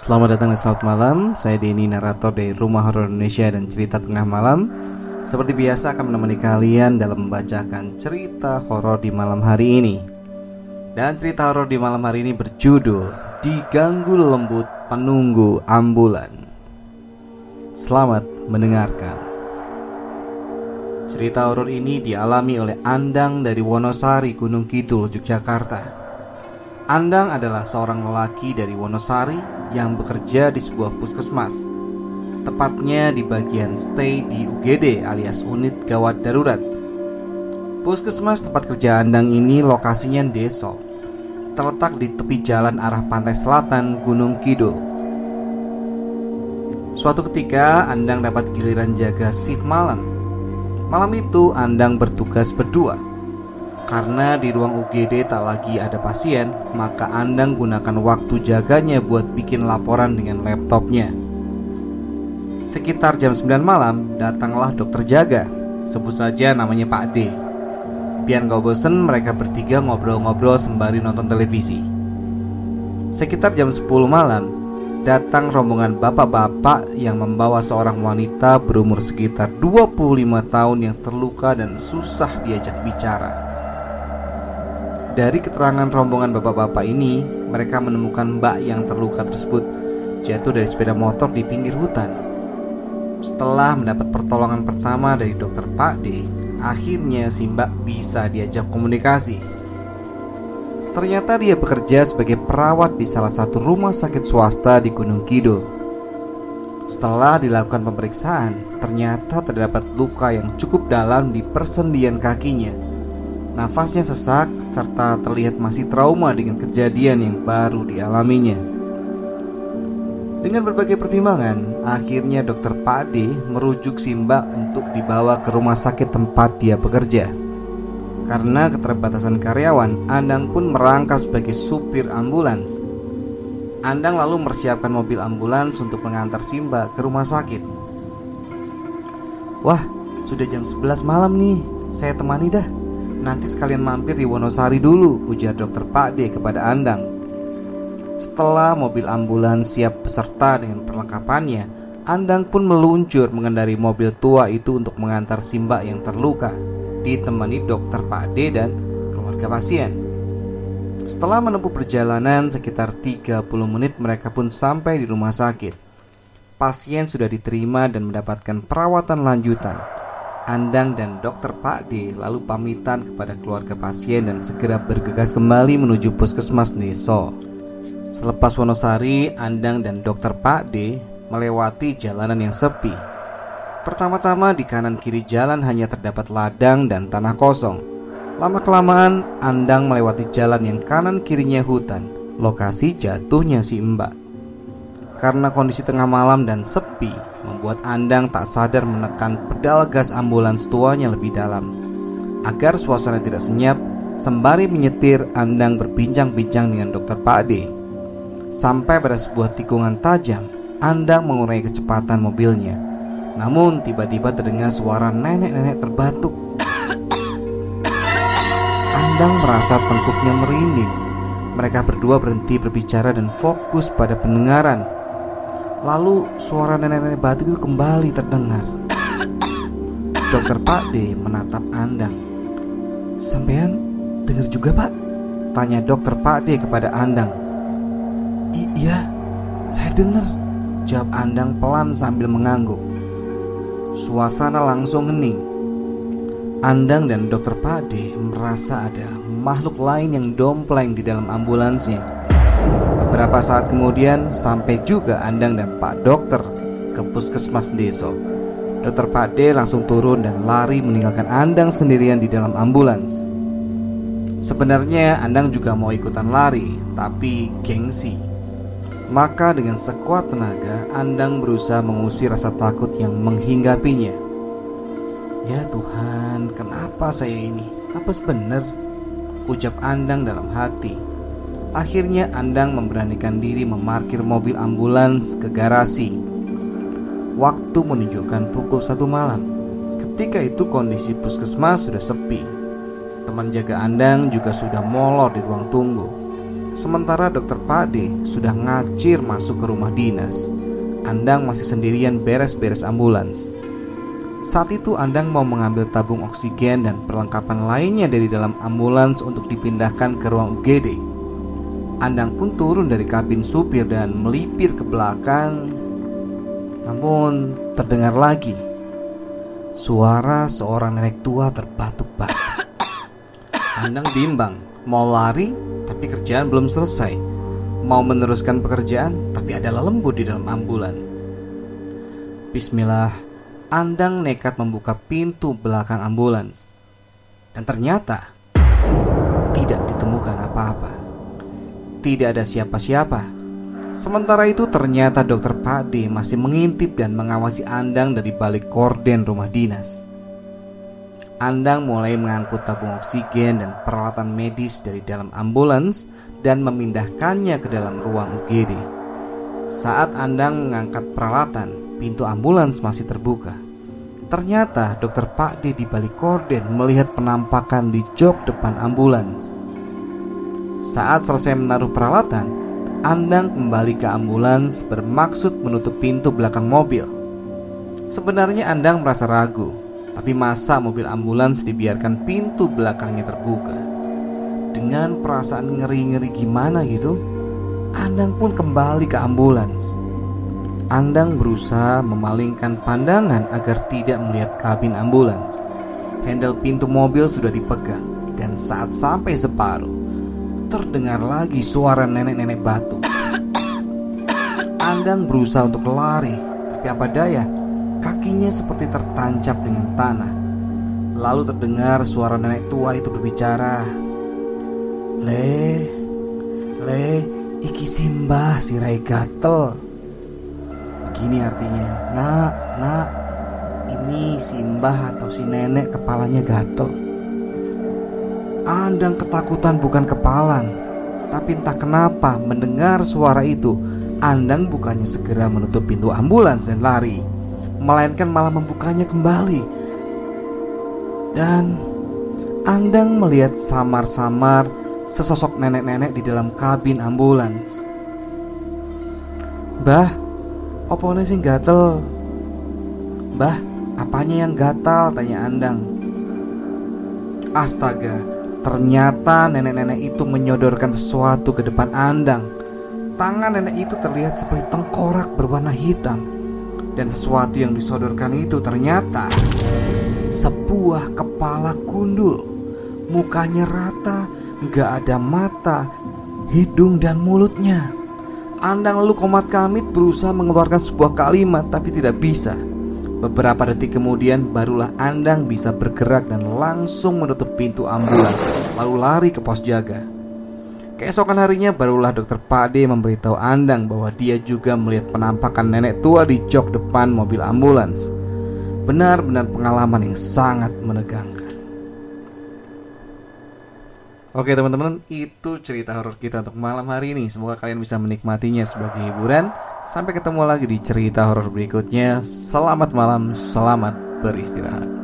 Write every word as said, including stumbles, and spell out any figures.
Selamat datang dan selamat malam. Saya Denny, narator dari Rumah Horor Indonesia dan Cerita Tengah Malam. Seperti biasa akan menemani kalian dalam membacakan cerita horor di malam hari ini. Dan cerita horor di malam hari ini berjudul Diganggu Lembut Penunggu Ambulan. Selamat mendengarkan. Cerita horor ini dialami oleh Andang dari Wonosari, Gunung Kidul, Yogyakarta. Andang adalah seorang lelaki dari Wonosari yang bekerja di sebuah puskesmas, tepatnya di bagian stay di U G D alias Unit Gawat Darurat. Puskesmas tempat kerja Andang ini lokasinya desa, terletak di tepi jalan arah pantai selatan Gunung Kidul. Suatu ketika Andang dapat giliran jaga shift malam. Malam itu Andang bertugas berdua. Karena di ruang U G D tak lagi ada pasien, maka Andang gunakan waktu jaganya buat bikin laporan dengan laptopnya. Sekitar jam sembilan malam, datanglah dokter jaga. Sebut saja namanya Pak D. Biar gak bosen, mereka bertiga ngobrol-ngobrol sembari nonton televisi. Sekitar jam sepuluh malam, datang rombongan bapak-bapak yang membawa seorang wanita berumur sekitar dua puluh lima tahun yang terluka dan susah diajak bicara. Dari keterangan rombongan bapak-bapak ini, mereka menemukan mbak yang terluka tersebut jatuh dari sepeda motor di pinggir hutan. Setelah mendapat pertolongan pertama dari dokter Pak D, akhirnya si mbak bisa diajak komunikasi. Ternyata dia bekerja sebagai perawat di salah satu rumah sakit swasta di Gunung Kidul. Setelah dilakukan pemeriksaan, ternyata terdapat luka yang cukup dalam di persendian kakinya. Nafasnya sesak serta terlihat masih trauma dengan kejadian yang baru dialaminya. Dengan berbagai pertimbangan, akhirnya dokter Pak D merujuk si mbak untuk dibawa ke rumah sakit tempat dia bekerja. Karena keterbatasan karyawan, Andang pun merangkap sebagai supir ambulans. Andang lalu mempersiapkan mobil ambulans untuk mengantar si mbak ke rumah sakit. Wah, sudah jam sebelas malam nih, saya temani dah. Nanti sekalian mampir di Wonosari dulu, ujar dokter Pak D kepada Andang. Setelah mobil ambulans siap beserta dengan perlengkapannya, Andang pun meluncur mengendari mobil tua itu untuk mengantar si mbak yang terluka, ditemani dokter Pak D dan keluarga pasien. Setelah menempuh perjalanan sekitar tiga puluh menit, mereka pun sampai di rumah sakit. Pasien sudah diterima dan mendapatkan perawatan lanjutan. Andang dan dokter Pak D lalu pamitan kepada keluarga pasien dan segera bergegas kembali menuju puskesmas desa. Selepas Wonosari, Andang dan dokter Pak D melewati jalanan yang sepi. Pertama-tama di kanan kiri jalan hanya terdapat ladang dan tanah kosong. Lama-kelamaan Andang melewati jalan yang kanan kirinya hutan, lokasi jatuhnya si mbak. Karena kondisi tengah malam dan sepi, membuat Andang tak sadar menekan pedal gas ambulans tuanya lebih dalam. Agar suasana tidak senyap, sembari menyetir, Andang berbincang-bincang dengan dokter Pak D. Sampai pada sebuah tikungan tajam, Andang mengurangi kecepatan mobilnya. Namun tiba-tiba terdengar suara nenek-nenek terbatuk. Andang merasa tengkuknya merinding. Mereka berdua berhenti berbicara dan fokus pada pendengaran. Lalu suara nenek-nenek batuk itu kembali terdengar. dokter Pak D menatap Andang. "Sampean dengar juga, Pak?" tanya dokter Pak D kepada Andang. "Iya, saya dengar," jawab Andang pelan sambil mengangguk. Suasana langsung hening. Andang dan dokter Pak D merasa ada makhluk lain yang dompleng di dalam ambulansnya. Beberapa saat kemudian sampai juga Andang dan Pak Dokter ke puskesmas desa. dokter Pak D langsung turun dan lari meninggalkan Andang sendirian di dalam ambulans. Sebenarnya Andang juga mau ikutan lari, tapi gengsi. Maka dengan sekuat tenaga Andang berusaha mengusir rasa takut yang menghinggapinya. "Ya Tuhan, kenapa saya ini? Apa sebenar?" ucap Andang dalam hati. Akhirnya Andang memberanikan diri memarkir mobil ambulans ke garasi. Waktu menunjukkan pukul satu malam. Ketika itu kondisi puskesmas sudah sepi. Teman jaga Andang juga sudah molor di ruang tunggu. Sementara dokter Pade sudah ngacir masuk ke rumah dinas. Andang masih sendirian beres-beres ambulans. Saat itu Andang mau mengambil tabung oksigen dan perlengkapan lainnya dari dalam ambulans untuk dipindahkan ke ruang U G D. Andang pun turun dari kabin supir dan melipir ke belakang. Namun terdengar lagi suara seorang nenek tua terbatuk-batuk. Andang bimbang, mau lari tapi kerjaan belum selesai, mau meneruskan pekerjaan tapi ada lembut di dalam ambulans. Bismillah, Andang nekat membuka pintu belakang ambulans. Dan ternyata tidak ditemukan apa-apa. Tidak ada siapa-siapa. Sementara itu ternyata dokter Pade masih mengintip dan mengawasi Andang dari balik korden rumah dinas. Andang mulai mengangkut tabung oksigen dan peralatan medis dari dalam ambulans dan memindahkannya ke dalam ruang U G D. Saat Andang mengangkat peralatan, pintu ambulans masih terbuka. Ternyata dokter Pakde di balik korden melihat penampakan di jok depan ambulans. Saat selesai menaruh peralatan, Andang kembali ke ambulans bermaksud menutup pintu belakang mobil. Sebenarnya Andang merasa ragu, tapi masa mobil ambulans dibiarkan pintu belakangnya terbuka. Dengan perasaan ngeri-ngeri gimana gitu, Andang pun kembali ke ambulans. Andang berusaha memalingkan pandangan agar tidak melihat kabin ambulans. Handle pintu mobil sudah dipegang, dan saat sampai separuh, terdengar lagi suara nenek-nenek batuk. Andang berusaha untuk lari, tapi apa daya, kakinya seperti tertancap dengan tanah. Lalu terdengar suara nenek tua itu berbicara, Le, le, iki simbah sirai gatel. Begini artinya, nak, nak, ini simbah atau si nenek kepalanya gatel. Andang ketakutan bukan kepalang, tapi entah kenapa mendengar suara itu, Andang bukannya segera menutup pintu ambulans dan lari, melainkan malah membukanya kembali. Dan Andang melihat samar-samar sesosok nenek-nenek di dalam kabin ambulans. Mbah, opone sing gatel? Mbah, apanya yang gatal? Tanya Andang. Astaga, ternyata nenek-nenek itu menyodorkan sesuatu ke depan Andang. Tangan nenek itu terlihat seperti tengkorak berwarna hitam. Dan sesuatu yang disodorkan itu ternyata sebuah kepala gundul. Mukanya rata, gak ada mata, hidung dan mulutnya. Andang lalu komat kamit berusaha mengeluarkan sebuah kalimat, tapi tidak bisa. Beberapa detik kemudian barulah Andang bisa bergerak dan langsung menutup pintu ambulans, lalu lari ke pos jaga. Keesokan harinya barulah dokter Pakde memberitahu Andang bahwa dia juga melihat penampakan nenek tua di jok depan mobil ambulans. Benar-benar pengalaman yang sangat menegangkan. Oke teman-teman, itu cerita horor kita untuk malam hari ini. Semoga kalian bisa menikmatinya sebagai hiburan. Sampai ketemu lagi di cerita horor berikutnya. Selamat malam, selamat beristirahat.